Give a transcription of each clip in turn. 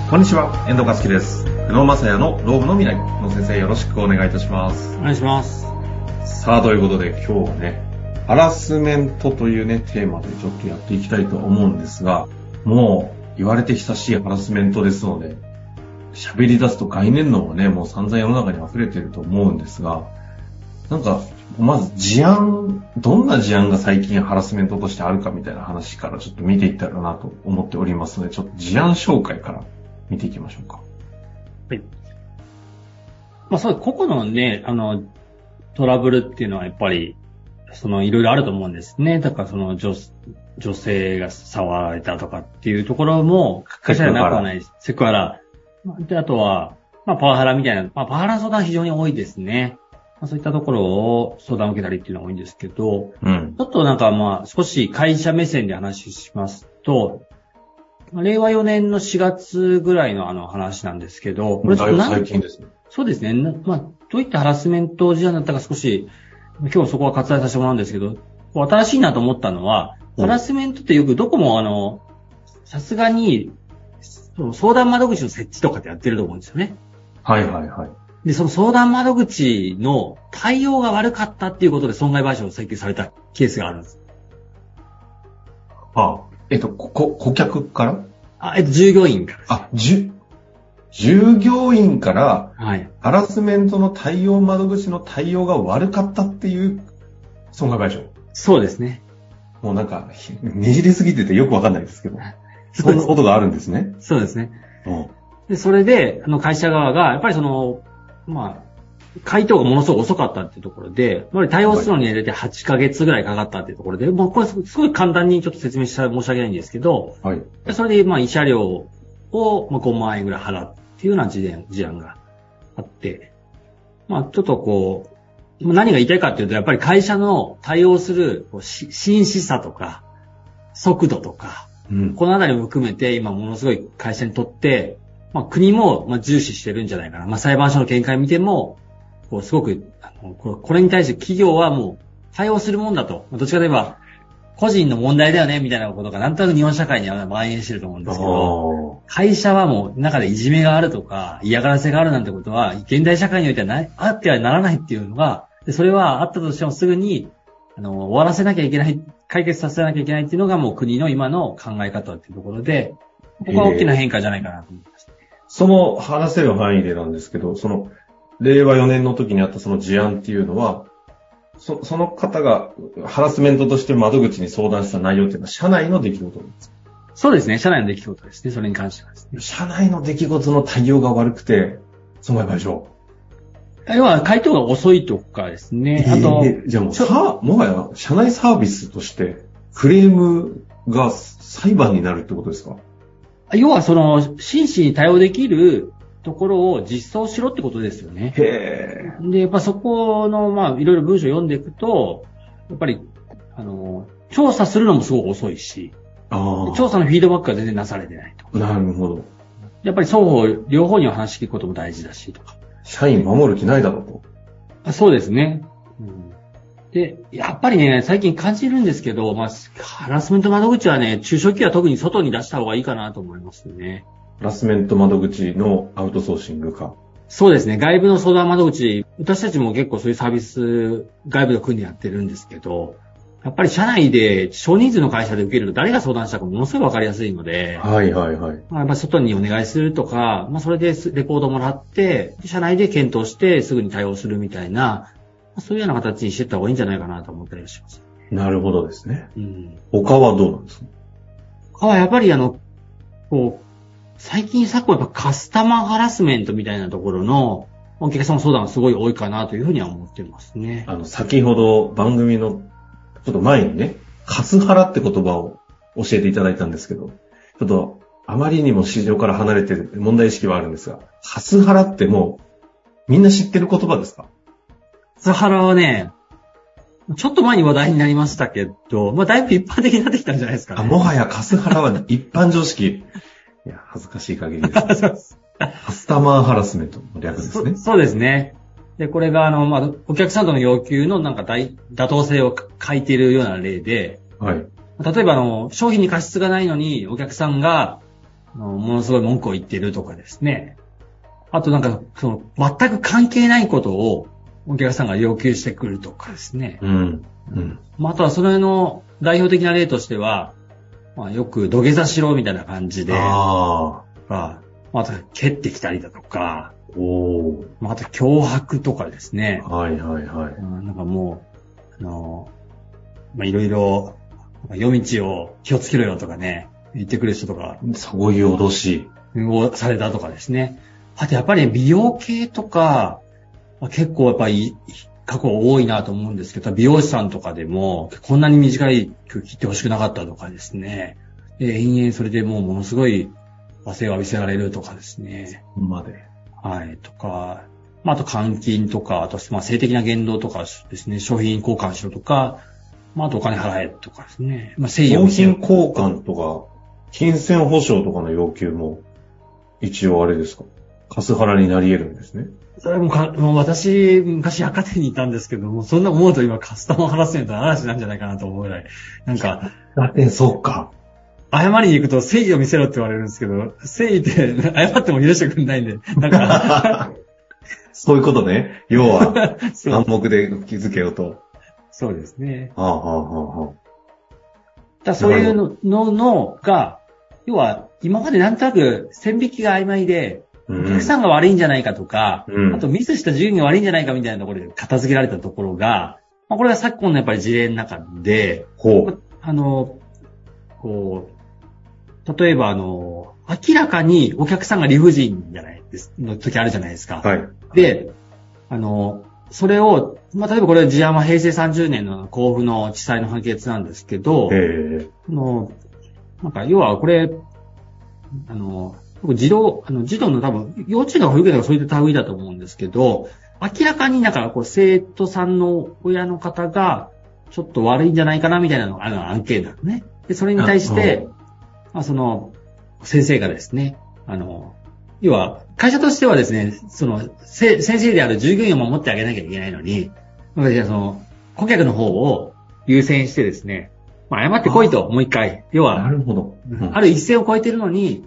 こんにちは、遠藤和樹です。久野正也のロームの未来。久野先生、よろしくお願いいたします。 お願いします。 さあ、ということで今日はね、ハラスメントというね、テーマでちょっとやっていきたいと思うんですが、もう言われて久しいハラスメントですので、喋り出すと概念論はね、もう散々世の中に溢れていると思うんですが、なんか、まずどんな事案が最近ハラスメントとしてあるかみたいな話からちょっと見ていったらなと思っておりますので、ちょっと事案紹介から見ていきましょうか。 はい。そう、個々のね、トラブルっていうのはやっぱり、いろいろあると思うんですね。だから女性が触られたとかっていうところも、会社ではなくはない。セクハラ。で、あとは、パワハラみたいな、パワハラの相談非常に多いですね。そういったところを相談を受けたりっていうのが多いんですけど、ちょっと少し会社目線で話しますと、令和4年の4月ぐらいの話なんですけど、 これ最近ですね。 そうですね。どういったハラスメント事案だったか少し、今日そこは割愛させてもらうんですけど、新しいなと思ったのは、ハラスメントってよくどこもさすがに、相談窓口の設置とかってやってると思うんですよね。 はいはいはい。 で、その相談窓口の対応が悪かったっていうことで損害賠償を請求されたケースがあるんです。 顧客から従業員からです。 従業員から、 はい。 ハラスメントの対応窓口の対応が悪かったっていう損害賠償。 そうですね。 もうなんか、ねじれすぎててよくわかんないですけど。そんなことがあるんですね。 そうですね。で、それで、会社側が、やっぱり回答がものすごく遅かったっていうところで、やっぱり対応するのに入れて8ヶ月ぐらいかかったっていうところで、これすごい簡単にちょっと説明したら申し訳ないんですけど、 はい。 それで、慰謝料を5万円ぐらい払うっていうような事案があって、ちょっと何が言いたいかっていうと、やっぱり会社の対応する真摯さとか、速度とか、このあたりも含めて、今ものすごい会社にとって、国も重視してるんじゃないかな。裁判所の見解を見ても、すごく、これに対して企業はもう対応するもんだと。どっちかといえば、個人の問題だよね、みたいなことがなんとなく日本社会には蔓延してると思うんですけど、会社はもう中でいじめがあるとか、嫌がらせがあるなんてことは、現代社会においてはあってはならないっていうのが、それはあったとしてもすぐに、終わらせなきゃいけない、解決させなきゃいけないっていうのがもう国の今の考え方っていうところで、ここは大きな変化じゃないかなと思いました。 その話せる範囲でなんですけど、令和4年の時にあったその事案っていうのは、その方がハラスメントとして窓口に相談した内容っていうのは社内の出来事なんですか？ そうですね、社内の出来事ですね、それに関してはですね。 社内の出来事の対応が悪くて、損害賠償。 要は、回答が遅いとかですね。あと、 じゃあもはや社内サービスとしてクレームが裁判になるってことですか？ 要は真摯に対応できるところを実装しろってことですよね。 へー。 で、やっぱそこの、いろいろ文章を読んでいくと、やっぱり、調査するのもすごく遅いし、調査のフィードバックが全然なされてないと。 なるほど。 やっぱり双方、両方にお話聞くことも大事だしとか。 社員守る気ないだろうと。 そうですね。で、やっぱりね、最近感じるんですけど、ハラスメント窓口はね、中小企業は特に外に出した方がいいかなと思いますね。 ハラスメント窓口のアウトソーシングか。 そうですね。外部の相談窓口、私たちも結構そういうサービス、外部の国でやってるんですけど、やっぱり社内で少人数の会社で受けると誰が相談したかものすごいわかりやすいので、 はいはいはい。 やっぱり外にお願いするとか、それでレポートもらって、社内で検討してすぐに対応するみたいな、そういうような形にしていった方がいいんじゃないかなと思ったりします。 なるほどですね。他はどうなんですか？ 他はやっぱり最近昨今やっぱカスタマーハラスメントみたいなところのお客様相談がすごい多いかなというふうには思ってますね。 先ほど番組のちょっと前にね、カスハラって言葉を教えていただいたんですけど、ちょっとあまりにも市場から離れてる問題意識はあるんですが、カスハラってもうみんな知ってる言葉ですか？ カスハラはね、ちょっと前に話題になりましたけど、だいぶ一般的になってきたんじゃないですかね。 もはやカスハラは一般常識。いや、恥ずかしい限りです。カスタマーハラスメントの略ですね。 そうですね。で、これがお客さんとの要求の妥当性を書いているような例で、 はい。 例えば商品に過失がないのにお客さんが、 ものすごい文句を言ってるとかですね。あとなんか、全く関係ないことをお客さんが要求してくるとかですね。あとはそれの代表的な例としては、よく土下座しろみたいな感じで、あと蹴ってきたりだとか、あと脅迫とかですね。なんかもう、いろいろ、夜道を気をつけろよとかね、言ってくる人とか。 そういう脅しをされたとかですね。あとやっぱり美容系とか、結構やっぱり過去多いなと思うんですけど、美容師さんとかでも、こんなに短い切ってほしくなかったとかですね。延々それでもうものすごい罵声を浴びせられるとかですね。とか、あと監禁とか、あと性的な言動とかですね、商品交換しろとか、あとお金払えとかですね。 商品交換とか、金銭保証とかの要求も、一応あれですか？カスハラになり得るんですね。 それも私、昔百貨店にいたんですけども、そんな思うと今カスタマーハラスメントの嵐なんじゃないかなと思うぐらい。なんか、 そうか。 謝りに行くと誠意を見せろって言われるんですけど、誠意って謝っても許してくれないんで、なんか。 そういうことね。要は、暗黙で気づけよと。 そうですね。 そういうのが、要は、今までなんとなく線引きが曖昧で、お客さんが悪いんじゃないかとか、あとミスした従業員が悪いんじゃないかみたいなところで片付けられたところが、これが昨今のやっぱり事例の中で、例えば明らかにお客さんが理不尽じゃないです、の時あるじゃないですか。で、それを、例えばこれは事案は平成30年の甲府の地裁の判決なんですけど、なんか要はこれ、児童の多分、幼稚園とか保育園とかそういった類だと思うんですけど、明らかになんか生徒さんの親の方がちょっと悪いんじゃないかなみたいなのが案件なのね。で、それに対して、先生がですね、要は、会社としてはですね、先生である従業員を守ってあげなきゃいけないのに、顧客の方を優先してですね、謝ってこいと、もう一回。要は、 なるほど。 ある一線を超えてるのに、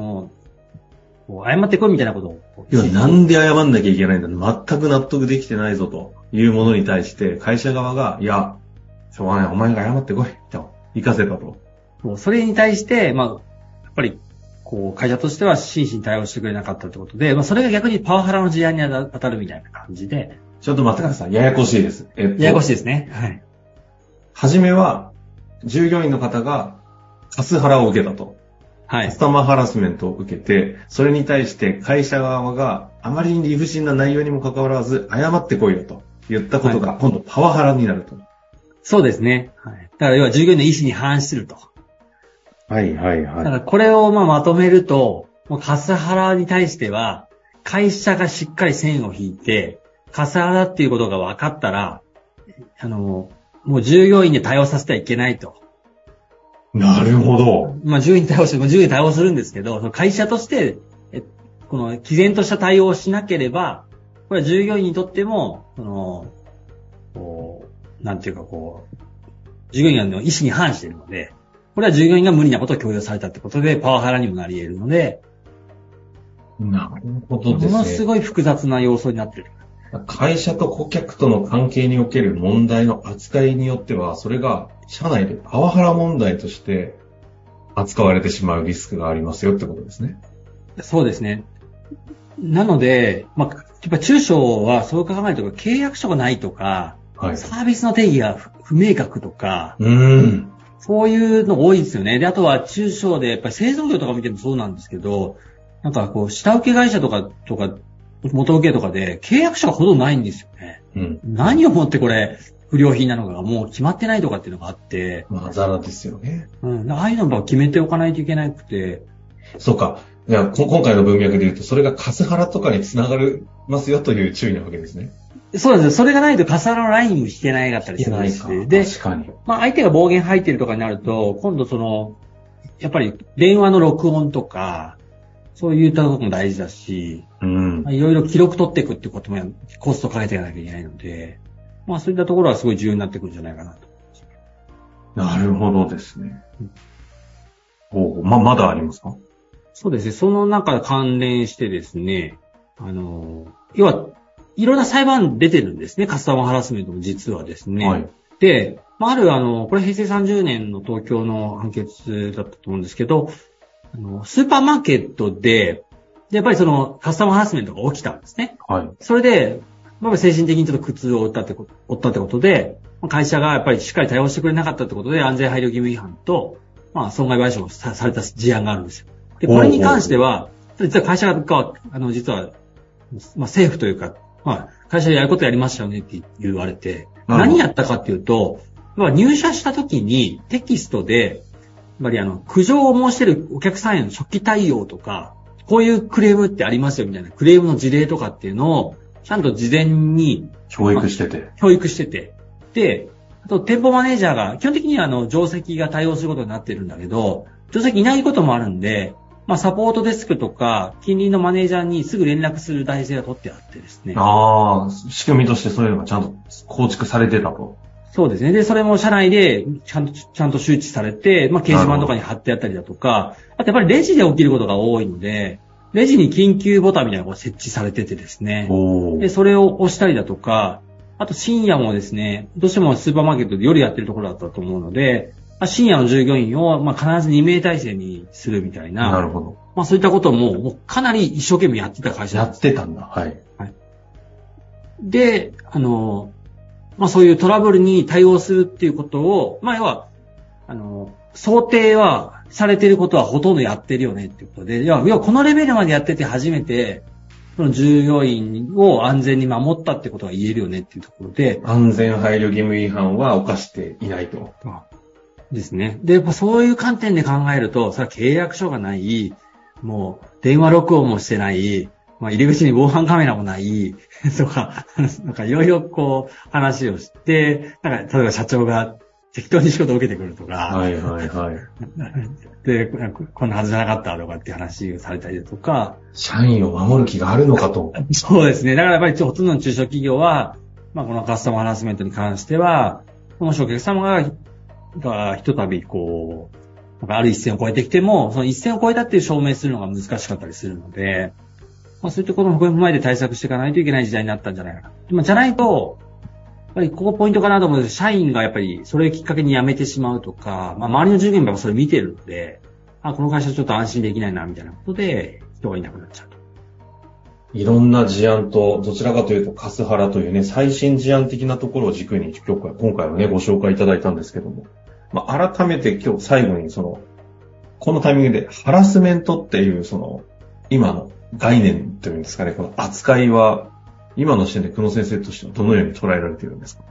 謝ってこいみたいなことを。 要はなんで謝んなきゃいけないんだ、全く納得できてないぞというものに対して、会社側が、いや、しょうがない、お前が謝ってこい、と、行かせたと。 それに対して、やっぱり、会社としては真摯に対応してくれなかったってことで、それが逆にパワハラの事案に当たるみたいな感じで。 ちょっと待ってください。ややこしいです。 ややこしいですね。はい。 はじめは、従業員の方がカスハラを受けたと。カスタマーハラスメントを受けて、それに対して会社側があまりに理不尽な内容にもかかわらず、謝ってこいよと言ったことが、今度パワハラになると。 そうですね。だから要は従業員の意思に反すると。だからこれをまとめると、カスハラに対しては、会社がしっかり線を引いて、カスハラっていうことが分かったら、もう従業員で対応させてはいけないと。 なるほど。 従業員に対応するんですけど、会社として、この毅然とした対応をしなければ、これは従業員にとっても、なんていうか従業員の意思に反しているので、これは従業員が無理なことを強要されたってことで、パワハラにもなり得るので、 なるほどですね。 ものすごい複雑な要素になっている。 会社と顧客との関係における問題の扱いによっては、それが社内でパワハラ問題として扱われてしまうリスクがありますよってことですね。 そうですね。なので、やっぱ中小はそう考えると契約書がないとか、サービスの定義が不明確とか、そういうの多いですよね。で、あとは中小でやっぱり製造業とか見てもそうなんですけど、なんか下請け会社とか、元請けとかで契約書がほとんどないんですよね。何をもってこれ不良品なのかがもう決まってないとかっていうのがあって。 ザラですよね。 ああいうのを決めておかないといけなくて。 そうか。じゃあ今回の文脈で言うと、それがカスハラとかにつながりますよという注意なわけですね。 そうですね。それがないとカスハラのラインも引けないかったりするんですね。で、 確かに。 相手が暴言吐いてるとかになると、今度やっぱり電話の録音とか、そういったことも大事だし、いろいろ記録取っていくってこともコストかけていかなきゃいけないので、そういったところはすごい重要になってくるんじゃないかなと。 なるほどですね。まだありますか？ そうですね。その中関連してですね、要は、いろんな裁判出てるんですね。カスタマーハラスメントも実はですね。はい。で、あるこれ平成30年の東京の判決だったと思うんですけど、スーパーマーケットで、やっぱりそのカスタマーハラスメントが起きたんですね。はい。それで、精神的にちょっと苦痛を負ったってことで、会社がやっぱりしっかり対応してくれなかったってことで、安全配慮義務違反と、損害賠償をされた事案があるんですよ。で、これに関しては、実は会社が、実は、政府というか、会社でやることやりましたよねって言われて、何やったかっていうと、入社した時にテキストで、やっぱり苦情を申してるお客さんへの初期対応とか、こういうクレームってありますよみたいなクレームの事例とかっていうのを、ちゃんと事前に教育してて。 で、あと店舗マネージャーが、基本的には上席が対応することになってるんだけど、上席いないこともあるんで、サポートデスクとか、近隣のマネージャーにすぐ連絡する体制が取ってあってですね。 仕組みとしてそういうのがちゃんと構築されてたと。 そうですね。で、それも社内でちゃんと周知されて、掲示板とかに貼ってあったりだとか、あとやっぱりレジで起きることが多いので、レジに緊急ボタンみたいなのが設置されててですね。で、それを押したりだとか、あと深夜もですね、どうしてもスーパーマーケットで夜やってるところだったと思うので、深夜の従業員を必ず2名体制にするみたいな。 なるほど。 そういったこともうかなり一生懸命やってた会社やってたんだ。はい。はい。 で、そういうトラブルに対応するっていうことを、要は、想定はされていることはほとんどやってるよねっていうことで、要はこのレベルまでやってて初めて、その従業員を安全に守ったってことが言えるよねっていうところで。 安全配慮義務違反は犯していないと。 ですね。で、そういう観点で考えると、それは契約書がない、もう電話録音もしてない、入り口に防犯カメラもないとか、いろいろ話をして、例えば社長が適当に仕事を受けてくるとか、 はいはいはい。 で、こんなはずじゃなかったとかっていう話をされたりだとか。 社員を守る気があるのかと。 そうですね。だからやっぱりほとんどの中小企業は、このカスタマーハラスメントに関しては、もしお客様がひとたびある一線を越えてきても、その一線を越えたっていう証明するのが難しかったりするので、そういったことも踏まえて対策していかないといけない時代になったんじゃないかな。じゃないと、やっぱりここポイントかなと思うんです。社員がやっぱりそれをきっかけに辞めてしまうとか、周りの従業員がそれ見てるので、この会社ちょっと安心できないな、みたいなことで人がいなくなっちゃうと。 いろんな事案と、どちらかというとカスハラというね、最新事案的なところを軸に今回はね、ご紹介いただいたんですけども、改めて今日最後にこのタイミングでハラスメントっていう今の概念というんですかね、この扱いは、今の視点で久野先生としてはどのように捉えられているんですか？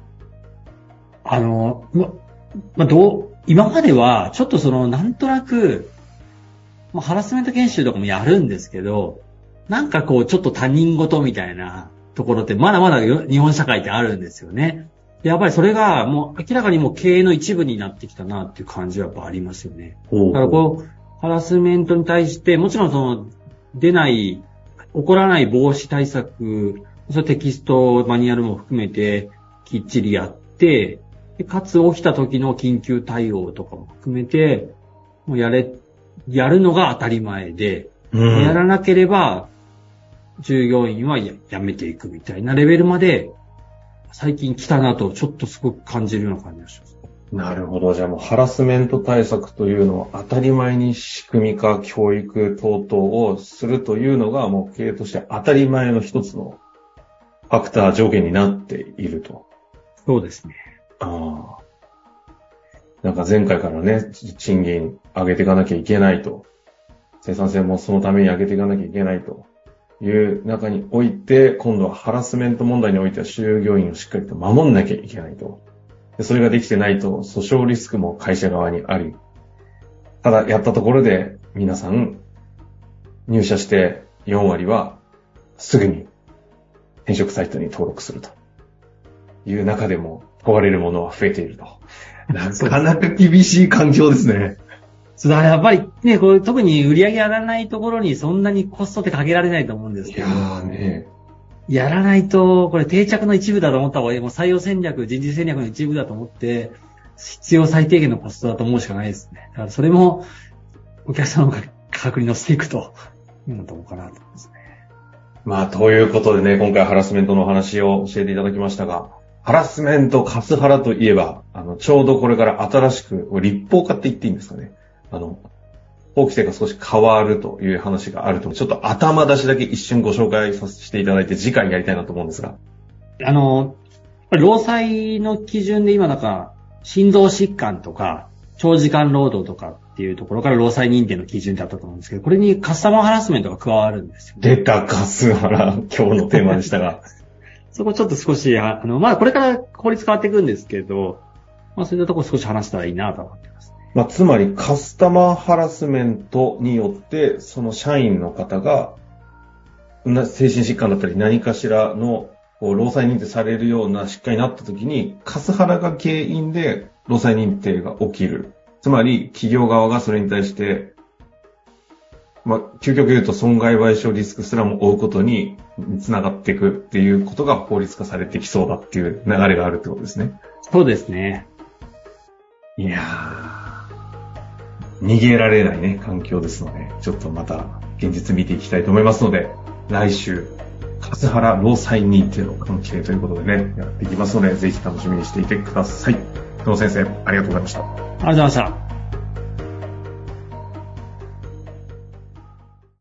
今までは、ちょっとなんとなく、ハラスメント研修とかもやるんですけど、ちょっと他人事みたいなところってまだまだ日本社会ってあるんですよね。やっぱりそれがもう明らかにもう経営の一部になってきたなっていう感じはやっぱありますよね。だからハラスメントに対して、もちろん起こらない防止対策、それテキスト、マニュアルも含めてきっちりやって、かつ起きた時の緊急対応とかも含めて、もうやるのが当たり前で、やらなければ従業員は辞めていくみたいなレベルまで最近来たなとちょっとすごく感じるような感じがします。 なるほど。じゃあもうハラスメント対策というのは当たり前に仕組み化、教育等々をするというのがもう経営として当たり前の一つのファクター条件になっていると。 そうですね。 前回からね、賃金上げていかなきゃいけないと。生産性もそのために上げていかなきゃいけないという中において、今度はハラスメント問題においては従業員をしっかりと守んなきゃいけないと。それができてないと訴訟リスクも会社側にあり。ただやったところで皆さん入社して4割はすぐに転職サイトに登録するという中でも問われるものは増えていると。なかなか厳しい環境ですね。 やっぱりね、特に売り上げ上がらないところにそんなにコストってかけられないと思うんですけど。やらないと、これ定着の一部だと思った方がいい。もう採用戦略、人事戦略の一部だと思って、必要最低限のコストだと思うしかないですね。だからそれも、お客様が価格に乗せていくというのところかなと思いますね。 まあ、ということでね、今回ハラスメントのお話を教えていただきましたが、ハラスメント、カスハラといえば、ちょうどこれから新しく、立法化って言っていいんですかね。法規制が少し変わるという話があると、ちょっと頭出しだけ一瞬ご紹介させていただいて、次回やりたいなと思うんですが。 労災の基準で今心臓疾患とか、長時間労働とかっていうところから労災認定の基準だったと思うんですけど、これにカスタマーハラスメントが加わるんですよね。 出たカスハラ、今日のテーマでしたが。 そこちょっと少し、まあこれから法律変わっていくんですけど、まあそういったところ少し話したらいいなと思ってます。 まあつまりカスタマーハラスメントによって、その社員の方が、精神疾患だったり何かしらの労災認定されるような疾患になった時に、カスハラが原因で労災認定が起きる。つまり企業側がそれに対して、まあ究極言うと損害賠償リスクすらも負うことにつながっていくっていうことが法律化されてきそうだっていう流れがあるってことですね。 そうですね。 いやー、逃げられないね、環境ですので、ちょっとまた現実見ていきたいと思いますので、来週、カスハラ労災認定の関係ということでね、やっていきますので、ぜひ楽しみにしていてください。久野先生、ありがとうございました。 ありがとうございました。